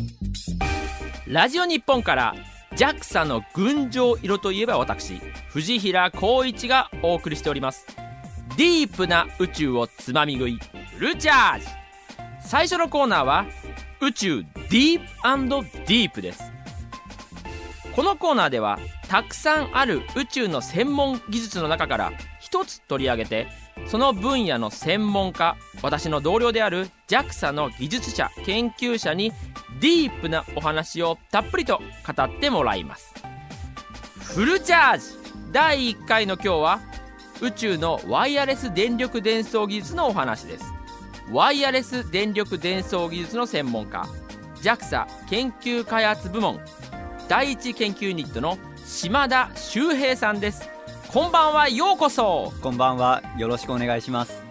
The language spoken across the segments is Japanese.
ラジオ日本から JAXA の群青色といえば私藤平光一がお送りしておりますディープな宇宙をつまみ食いフルチャージ。最初のコーナーは宇宙ディープ&ディープです。このコーナーではたくさんある宇宙の専門技術の中から一つ取り上げて、その分野の専門家、私の同僚である JAXA の技術者研究者にディープなお話をたっぷりと語ってもらいます。フルチャージ第1回の今日は宇宙のワイヤレス電力伝送技術のお話です。ワイヤレス電力伝送技術の専門家 JAXA 研究開発部門第一研究ユニットの島田修平さんです。こんばんは、ようこそ。 こんばんは、よろしくお願いします。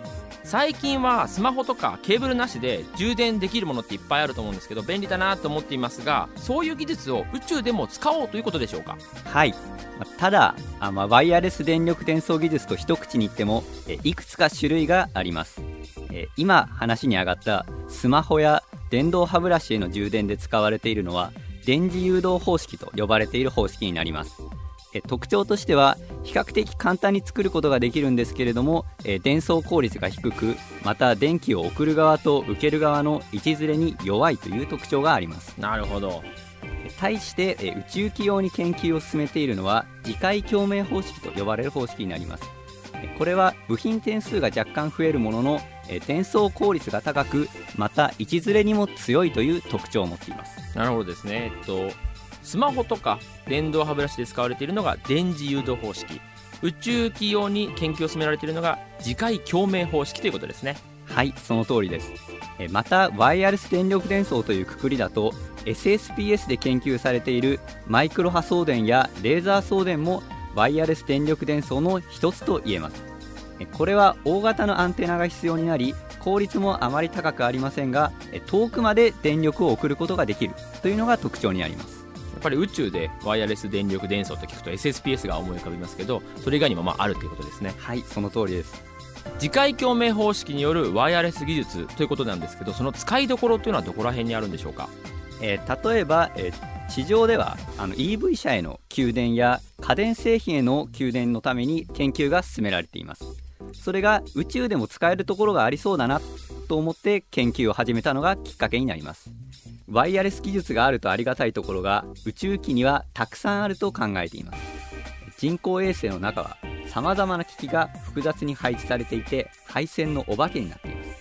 最近はスマホとかケーブルなしで充電できるものっていっぱいあると思うんですけど、便利だなと思っていますが、そういう技術を宇宙でも使おうということでしょうか？ はい。ただワイヤレス電力伝送技術と一口に言ってもいくつか種類があります。今話に上がったスマホや電動歯ブラシへの充電で使われているのは電磁誘導方式と呼ばれている方式になります。特徴としては比較的簡単に作ることができるんですけれども、伝送効率が低く、また電気を送る側と受ける側の位置ずれに弱いという特徴があります。 なるほど。 対して、宇宙機用に研究を進めているのは磁界共鳴方式と呼ばれる方式になります。これは部品点数が若干増えるものの、伝送効率が高く、また位置ずれにも強いという特徴を持っています。 なるほどですね。スマホとか電動歯ブラシで使われているのが電磁誘導方式、宇宙機用に研究を進められているのが磁界共鳴方式ということですね。 はい、その通りです。またワイヤレス電力伝送というくくりだと SSPS で研究されているマイクロ波送電やレーザー送電もワイヤレス電力伝送の一つと言えます。これは大型のアンテナが必要になり、効率もあまり高くありませんが、遠くまで電力を送ることができるというのが特徴にあります。 やっぱり宇宙でワイヤレス電力伝送と聞くと SSPS が思い浮かびますけど、それ以外にもあるということですね。 はい、その通りです。 磁界共鳴方式によるワイヤレス技術ということなんですけど、その使いどころというのはどこら辺にあるんでしょうか？ 例えば、地上ではEV 車への給電や家電製品への給電のために研究が進められています。それが宇宙でも使えるところがありそうだなと思って研究を始めたのがきっかけになります。ワイヤレス技術があるとありがたいところが宇宙機にはたくさんあると考えています。人工衛星の中は様々な機器が複雑に配置されていて、配線のお化けになっています。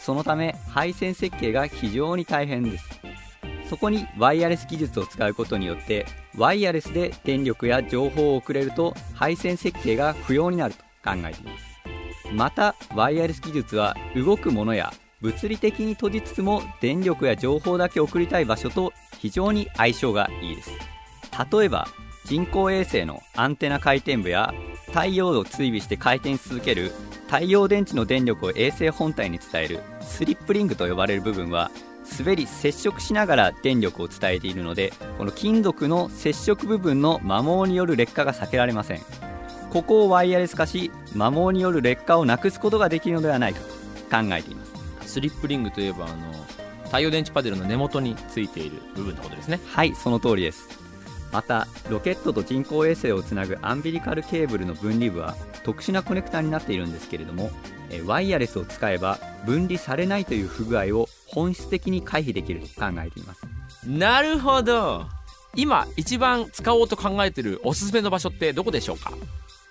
そのため配線設計が非常に大変です。そこにワイヤレス技術を使うことによってワイヤレスで電力や情報を送れると配線設計が不要になると考えています。またワイヤレス技術は動くものや物理的に閉じつつも電力や情報だけ送りたい場所と非常に相性がいいです。例えば人工衛星のアンテナ回転部や太陽を追尾して回転し続ける太陽電池の電力を衛星本体に伝えるスリップリングと呼ばれる部分は滑り接触しながら電力を伝えているので、この金属の接触部分の摩耗による劣化が避けられません。ここをワイヤレス化し摩耗による劣化をなくすことができるのではないかと考えています。 スリップリングといえば太陽電池パネルの根元についている部分のことですね。 はい、その通りです。またロケットと人工衛星をつなぐアンビリカルケーブルの分離部は特殊なコネクタになっているんですけれども、ワイヤレスを使えば分離されないという不具合を本質的に回避できると考えています。 なるほど。今一番使おうと考えているおすすめの場所ってどこでしょうか？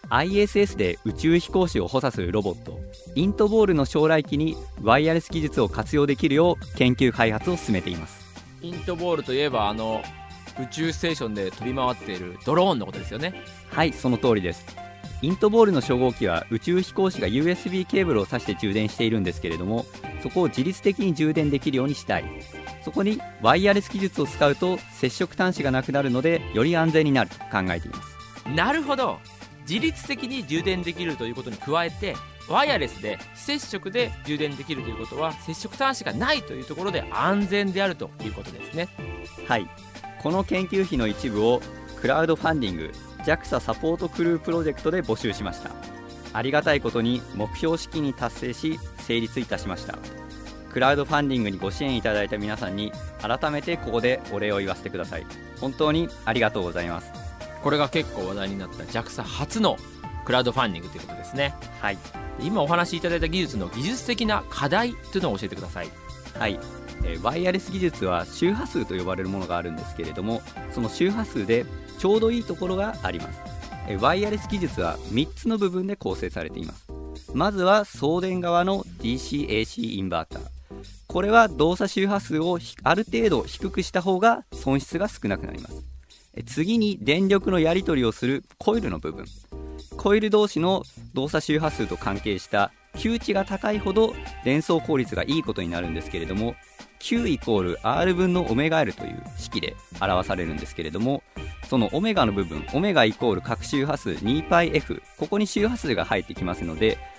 ISS で宇宙飛行士を補佐するロボットイントボールの将来機にワイヤレス技術を活用できるよう研究開発を進めています。 イントボールといえば宇宙ステーションで飛び回っているドローンのことですよね。 はい、その通りです。イントボールの初号機は宇宙飛行士が USB ケーブルを挿して充電しているんですけれども、そこを自律的に充電できるようにしたい。そこにワイヤレス技術を使うと接触端子がなくなるのでより安全になると考えています。 なるほど。自律的に充電できるということに加えてワイヤレスで非接触で充電できるということは接触端子がないというところで安全であるということですね。 はい、この研究費の一部をクラウドファンディング JAXA サポートクループロジェクトで募集しました。ありがたいことに目標資金に達成し成立いたしました。クラウドファンディングにご支援いただいた皆さんに改めてここでお礼を言わせてください。本当にありがとうございます。 これが結構話題になった JAXA 初のクラウドファンディングということですね。 はい、 今お話しいただいた技術の技術的な課題というのを教えてください。 はい、ワイヤレス技術は周波数と呼ばれるものがあるんですけれども、その周波数でちょうどいいところがあります。ワイヤレス技術は3つの部分で構成されています。まずは送電側の DC-AC インバーター。これは動作周波数をある程度低くした方が損失が少なくなります。次に電力のやり取りをするコイルの部分。コイル同士の動作周波数と関係したQ値が高いほど伝送効率がいいことになるんですけれども、 Q イコール R 分のオメガ L という式で表されるんですけれども、そのオメガの部分、オメガイコール各周波数 2πf、 ここに周波数が入ってきますので、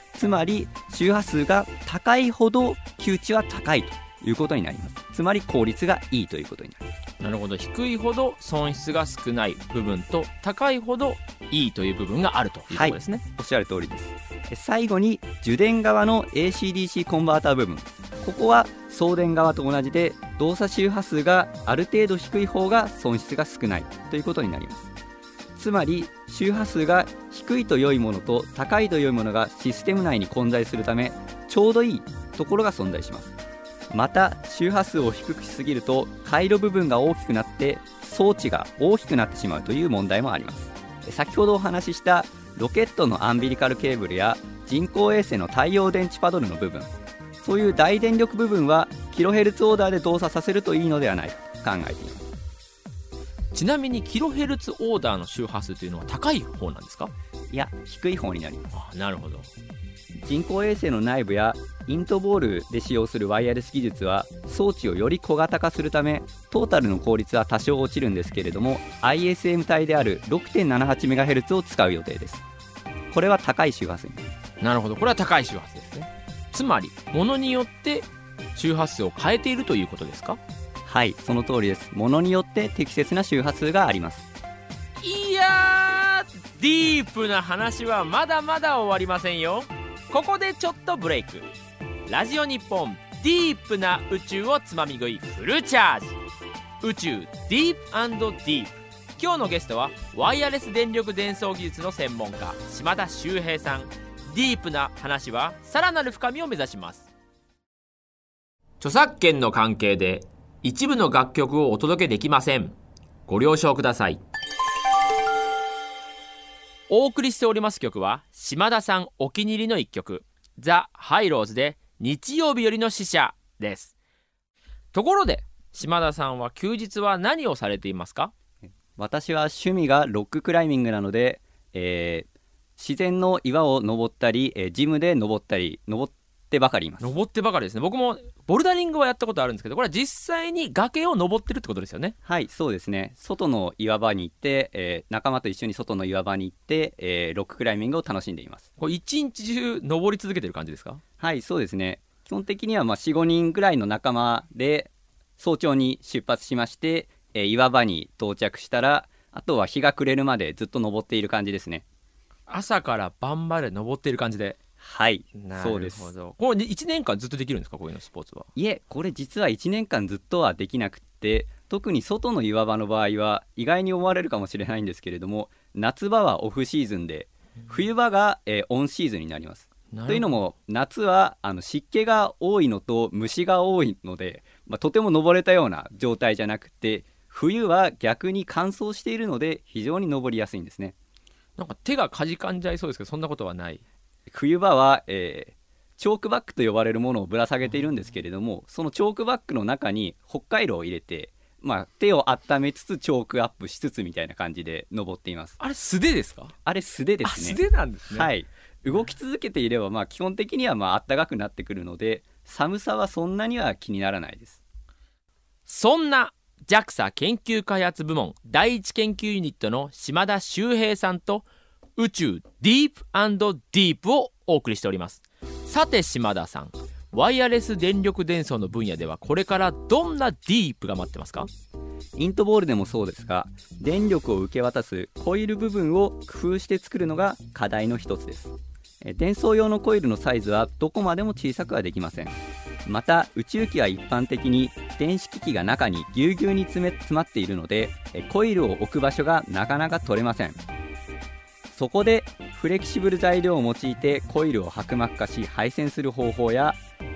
つまり周波数が高いほど吸値は高いということになります。つまり効率がいいということになります。 なるほど。低いほど損失が少ない部分と、高いほどいいという部分があるということですね。 おっしゃる通りです。最後に受電側の AC/DC コンバーター部分、ここは送電側と同じで動作周波数がある程度低い方が損失が少ないということになります。つまり周波数が低いと良いものと高いと良いものがシステム内に混在するため、ちょうどいいところが存在します。また周波数を低くしすぎると回路部分が大きくなって装置が大きくなってしまうという問題もあります。先ほどお話ししたロケットのアンビリカルケーブルや人工衛星の太陽電池パドルの部分、そういう大電力部分はキロヘルツオーダーで動作させるといいのではないかと考えています。 ちなみにキロヘルツオーダーの周波数というのは高い方なんですか？ いや、低い方になります。 なるほど。 人工衛星の内部やイントボールで使用するワイヤレス技術は装置をより小型化するためトータルの効率は多少落ちるんですけれども、 ISM 帯である 6.78MHz を使う予定です。これは高い周波数になります。 なるほど。これは高い周波数ですね。つまり物によって周波数を変えているということですか？ はい、その通りです。物によって適切な周波数があります。 いやー、ディープな話はまだまだ終わりませんよ。ここでちょっとブレイク。ラジオ日本ディープな宇宙をつまみ食いフルチャージ、宇宙ディープ&ディープ。今日のゲストはワイヤレス電力伝送技術の専門家島田秀平さん。ディープな話はさらなる深みを目指します。著作権の関係で一部の楽曲をお届けできません。ご了承ください。お送りしております曲は島田さんお気に入りの一曲、ザ・ハイローズで日曜日よりの使者です。ところで島田さんは休日は何をされていますか？ 私は趣味がロッククライミングなので、自然の岩を登ったり、ジムで登ったり、登ってばかりいます。 登ってばかりですね。僕もボルダリングはやったことあるんですけど、これは実際に崖を登ってるってことですよね。 はい、そうですね。外の岩場に行って、仲間と一緒に外の岩場に行って、ロッククライミングを楽しんでいます。 これ一日中登り続けてる感じですか？ はい、そうですね。基本的には4、5人ぐらいの仲間で早朝に出発しまして、岩場に到着したら、あとは日が暮れるまでずっと登っている感じですね。 朝から晩まで登っている感じで。 はい、 そうです。これ1年間ずっとできるんですか？こういうのスポーツは。 いえ、これ実は1年間ずっとはできなくって、特に外の岩場の場合は意外に思われるかもしれないんですけれども、夏場はオフシーズンで冬場が、オンシーズンになります。というのも夏は湿気が多いのと虫が多いので、とても登れたような状態じゃなくて、冬は逆に乾燥しているので非常に登りやすいんですね。 なんか手がかじかんじゃいそうですけど、そんなことはない。 冬場は、チョークバッグと呼ばれるものをぶら下げているんですけれども、そのチョークバッグの中に北海道を入れて、手を温めつつチョークアップしつつみたいな感じで登っています。 あれ素手ですか？ あれ素手ですね。 素手なんですね。 はい、動き続けていれば、基本的には暖かくなってくるので、寒さはそんなには気にならないです。 そんな JAXA 研究開発部門第一研究ユニットの島田秀平さんと宇宙ディープ&ディープをお送りしております。さて島田さん、ワイヤレス電力伝送の分野ではこれからどんなディープが待ってますか？ イントボールでもそうですが、電力を受け渡すコイル部分を工夫して作るのが課題の一つです。伝送用のコイルのサイズはどこまでも小さくはできません。また宇宙機は一般的に電子機器が中にぎゅうぎゅうに詰まっているので、コイルを置く場所がなかなか取れません。そこでフレキシブル材料を用いてコイルを薄膜化し配線する方法や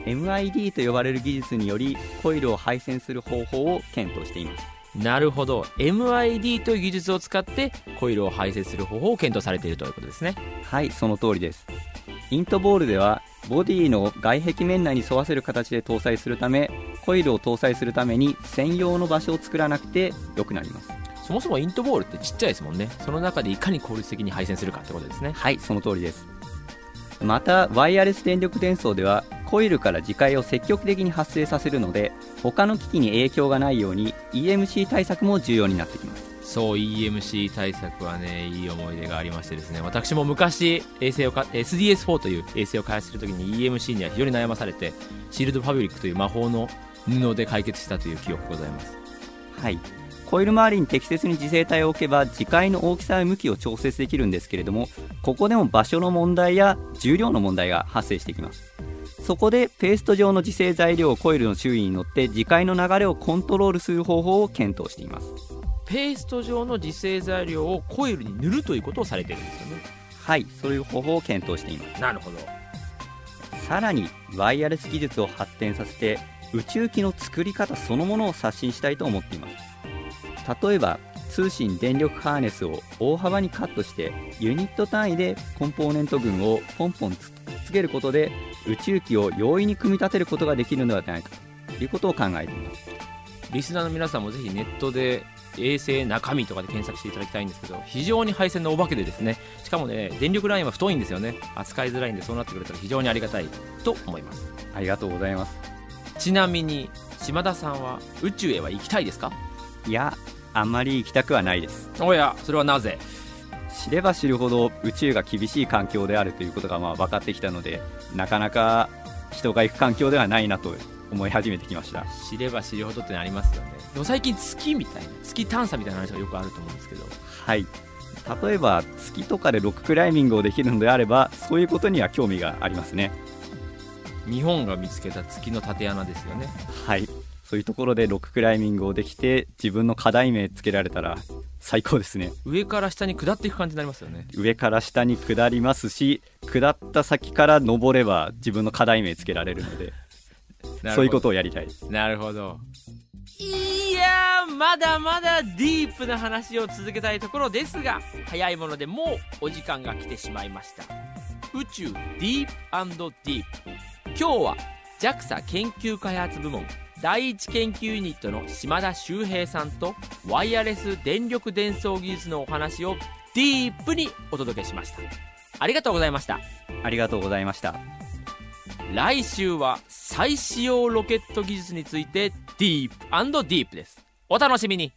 MID と呼ばれる技術によりコイルを配線する方法を検討しています。 なるほど。 MID という技術を使ってコイルを配線する方法を検討されているということですね。 はい、その通りです。イントボールではボディの外壁面内に沿わせる形で搭載するため、コイルを搭載するために専用の場所を作らなくてよくなります。 そもそもイントボールってちっちゃいですもんね。その中でいかに効率的に配線するかってことですね。 はい、その通りです。またワイヤレス電力伝送ではコイルから磁界を積極的に発生させるので、他の機器に影響がないように EMC 対策も重要になってきます。 そう EMC 対策はねいい思い出がありましてですね、私も昔SDS4 という衛星を開発するときに EMC には非常に悩まされて、シールドファブリックという魔法の布で解決したという記憶がございます。 はい、コイル周りに適切に磁性体を置けば磁界の大きさや向きを調節できるんですけれども、ここでも場所の問題や重量の問題が発生してきます。そこでペースト状の磁性材料をコイルの周囲に乗って磁界の流れをコントロールする方法を検討しています。 ペースト状の磁性材料をコイルに塗るということをされているんですよね。 はい、そういう方法を検討しています。 なるほど。 さらにワイヤレス技術を発展させて宇宙機の作り方そのものを刷新したいと思っています。例えば通信電力ハーネスを大幅にカットしてユニット単位でコンポーネント群をポンポンつけることで宇宙機を容易に組み立てることができるのではないかということを考えています。 リスナーの皆さんもぜひネットで衛星中身とかで検索していただきたいんですけど、非常に配線のお化けでですね、しかもね電力ラインは太いんですよね。扱いづらいんで、そうなってくれたら非常にありがたいと思います。 ありがとうございます。 ちなみに島田さんは宇宙へは行きたいですか？ いや、あんまり行きたくはないです。 おや、それはなぜ？ 知れば知るほど宇宙が厳しい環境であるということが分かってきたので、なかなか人が行く環境ではないなと思い始めてきました。 知れば知るほどってのありますよね。でも最近月みたいな、月探査みたいな話がよくあると思うんですけど、 はい、例えば月とかでロッククライミングをできるのであれば、そういうことには興味がありますね。 日本が見つけた月の縦穴ですよね。 はい、そういうところでロッククライミングをできて自分の課題名つけられたら最高ですね。 上から下に下っていく感じになりますよね。 上から下に下りますし、下った先から登れば自分の課題名つけられるのでそういうことをやりたいです。 なるほど。いやー、まだまだディープな話を続けたいところですが、早いものでもうお時間が来てしまいました。宇宙ディープ&ディープ、今日は JAXA 研究開発部門第一研究ユニットの島田修平さんとワイヤレス電力伝送技術のお話をディープにお届けしました。ありがとうございました。 ありがとうございました。 来週は再使用ロケット技術についてディープ&ディープです。お楽しみに。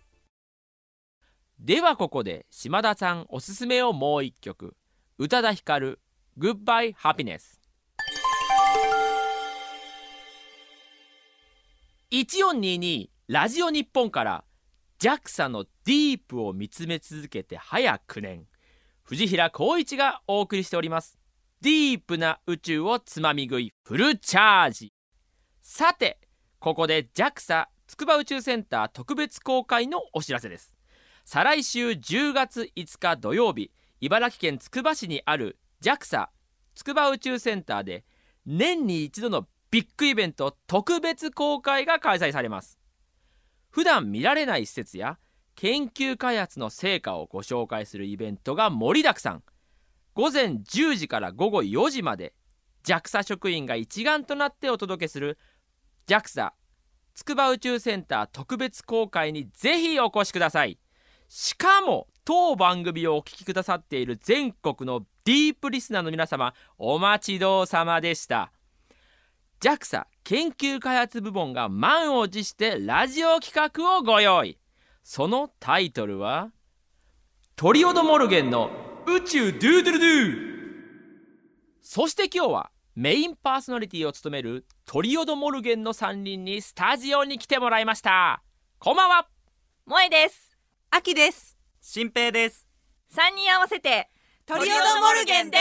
ではここで島田さんおすすめをもう一曲、宇多田ヒカルグッバイハピネス。1422ラジオ日本から JAXA のディープを見つめ続けて早9年、藤平光一がお送りしております。ディープな宇宙をつまみ食いフルチャージ。さてここで JAXA 筑波宇宙センター特別公開のお知らせです。再来週10月5日土曜日、茨城県つくば市にある JAXA 筑波宇宙センターで年に一度のビッグイベント特別公開が開催されます。普段見られない施設や研究開発の成果をご紹介するイベントが盛りだくさん。午前10時から午後4時まで JAXA 職員が一丸となってお届けする JAXA 筑波宇宙センター特別公開にぜひお越しください。しかも当番組をお聞きくださっている全国のディープリスナーの皆様、お待ちどうさまでした。 JAXA 研究開発部門が満を持してラジオ企画をご用意。そのタイトルはトリオドモルゲンの宇宙ドゥードゥルドゥ。そして今日はメインパーソナリティを務めるトリオドモルゲンの3人にスタジオに来てもらいました。こんばんは。 萌えです。 あきです。 新平です。 3人合わせてトリオドモルゲンです。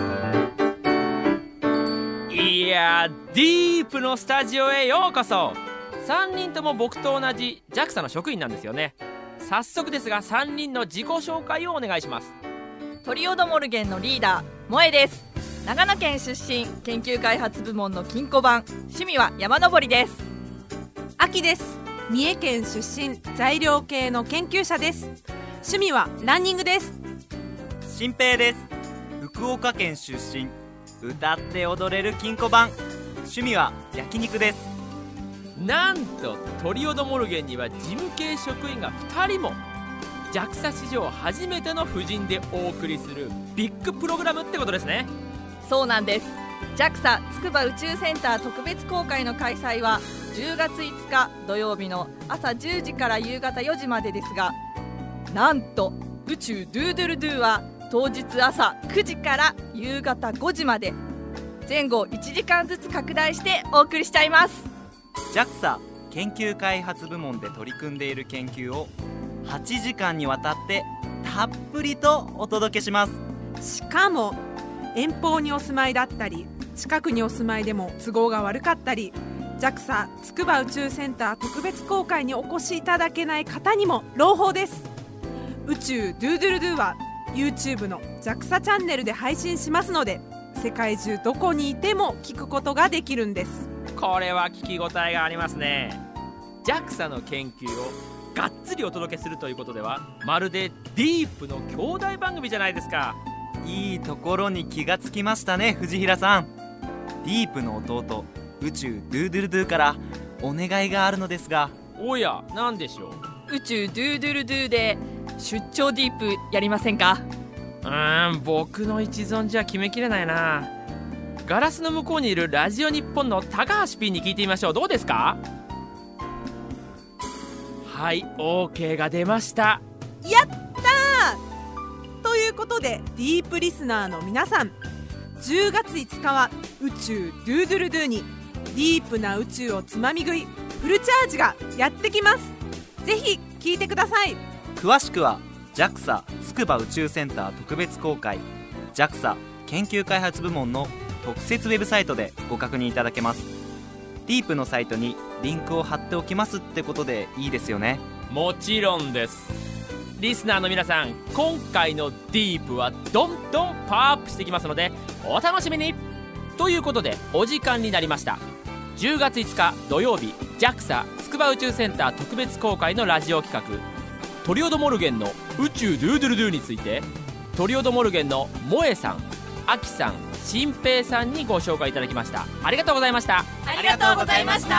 いやー、ディープのスタジオへようこそ。3人とも僕と同じ JAXA の職員なんですよね。早速ですが3人の自己紹介をお願いします。 トリオドモルゲンのリーダー萌えです。長野県出身、研究開発部門の金庫番、趣味は山登りです。 あきです。三重県出身、材料系の研究者です。趣味はランニングです。 新平です。福岡県出身、歌って踊れる金庫番、趣味は焼肉です。 なんとトリオドモルゲンには事務系職員が2人も。 JAXA 史上初めての夫人でお送りするビッグプログラムってことですね。 そうなんです。 JAXA 筑波宇宙センター特別公開の開催は10月5日土曜日の朝10時から夕方4時までですが、 なんと宇宙ドゥードゥルドゥは当日朝9時から夕方5時まで前後1時間ずつ拡大してお送りしちゃいます。 JAXA 研究開発部門で取り組んでいる研究を8時間にわたってたっぷりとお届けします。 しかも遠方にお住まいだったり近くにお住まいでも都合が悪かったり JAXA 筑波宇宙センター特別公開にお越しいただけない方にも朗報です。宇宙ドゥードゥルドゥは YouTube の JAXA チャンネルで配信しますので世界中どこにいても聞くことができるんです。 これは聞き応えがありますね。 JAXA の研究をがっつりお届けするということではまるでディープの兄弟番組じゃないですか。 いいところに気がつきましたね、藤平さん。ディープの弟宇宙ドゥードゥルドゥからお願いがあるのですが。 おや、何でしょう。 宇宙ドゥードゥルドゥで出張ディープやりませんか？ 僕の一存じゃ決めきれないな。ガラスの向こうにいるラジオ日本の高橋 P に聞いてみましょう。どうですか？はい、 OK が出ました。 やったーということでディープリスナーの皆さん、10月5日は宇宙ドゥードゥルドゥにディープな宇宙をつまみ食いフルチャージがやってきます。ぜひ聞いてください。 詳しくは JAXA 筑波宇宙センター特別公開 JAXA 研究開発部門の特設ウェブサイトでご確認いただけます。ディープのサイトにリンクを貼っておきますってことでいいですよね？ もちろんです。リスナーの皆さん、今回のディープはどんどんパワーアップしていきますのでお楽しみに。ということでお時間になりました。10月5日土曜日 JAXA 筑波宇宙センター特別公開のラジオ企画トリオドモルゲンの宇宙ドゥードゥルドゥについてトリオドモルゲンの萌えさん、あきさん、新平さんにご紹介いただきました。ありがとうございました。 ありがとうございました。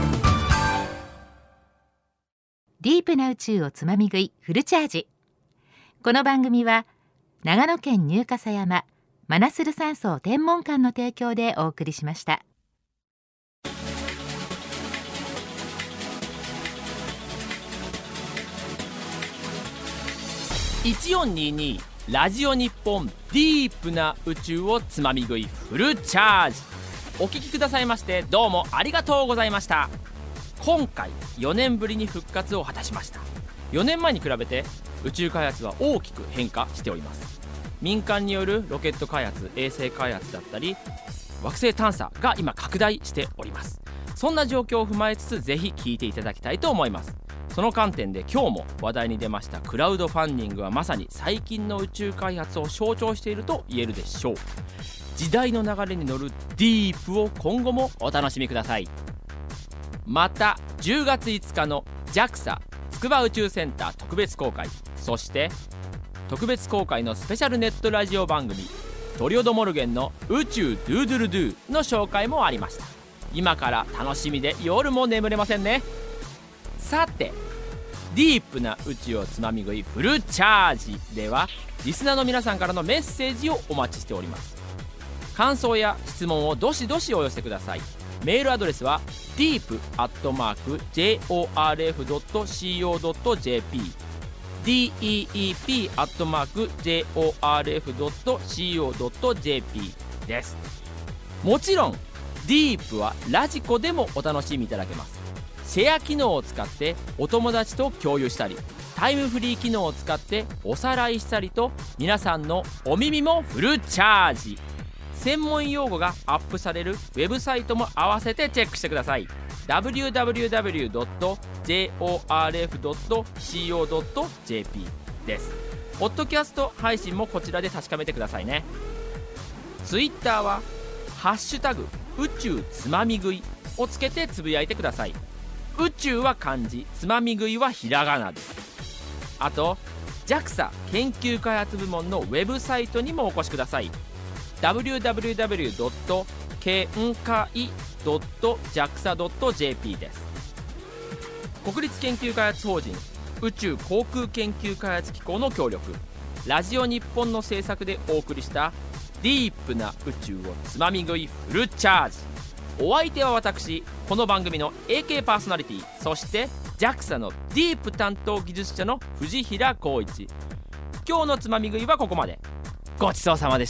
ディープな宇宙をつまみ食いフルチャージ。この番組は長野県入笠山マナスル山荘天文館の提供でお送りしました。 1422ラジオ日本ディープな宇宙をつまみ食いフルチャージ。お聞きくださいましてどうもありがとうございました。今回4年ぶりに復活を果たしました。4年前に比べて宇宙開発は大きく変化しております。民間によるロケット開発、衛星開発だったり惑星探査が今拡大しております。そんな状況を踏まえつつぜひ聞いていただきたいと思います。その観点で今日も話題に出ましたクラウドファンディングはまさに最近の宇宙開発を象徴していると言えるでしょう。時代の流れに乗るディープを今後もお楽しみください。また10月5日の JAXA 筑波宇宙センター特別公開、そして特別公開のスペシャルネットラジオ番組トリオドモルゲンの宇宙ドゥードゥルドゥの紹介もありました。今から楽しみで夜も眠れませんね。さてディープな宇宙をつまみ食いフルチャージではリスナーの皆さんからのメッセージをお待ちしております。感想や質問をどしどしお寄せください。メールアドレスは deep@jorf.co.jp deep@jorf.co.jp です。もちろんディープはラジコでもお楽しみいただけます。シェア機能を使ってお友達と共有したりタイムフリー機能を使っておさらいしたりと皆さんのお耳もフルチャージ。専門用語がアップされるウェブサイトも合わせてチェックしてください。 www.jorf.co.jp です。ポッドキャスト配信もこちらで確かめてくださいね。ツイッターはハッシュタグ宇宙つまみ食いをつけてつぶやいてください。宇宙は漢字、つまみ食いはひらがなです。あと JAXA 研究開発部門のウェブサイトにもお越しください。www.kenkai.jaxa.jp です。国立研究開発法人宇宙航空研究開発機構の協力、ラジオ日本の制作でお送りしたディープな宇宙をつまみ食いフルチャージ。 お相手は私、この番組の AK パーソナリティ、そして JAXA のディープ担当技術者の藤平光一。今日のつまみ食いはここまで。ごちそうさまでした。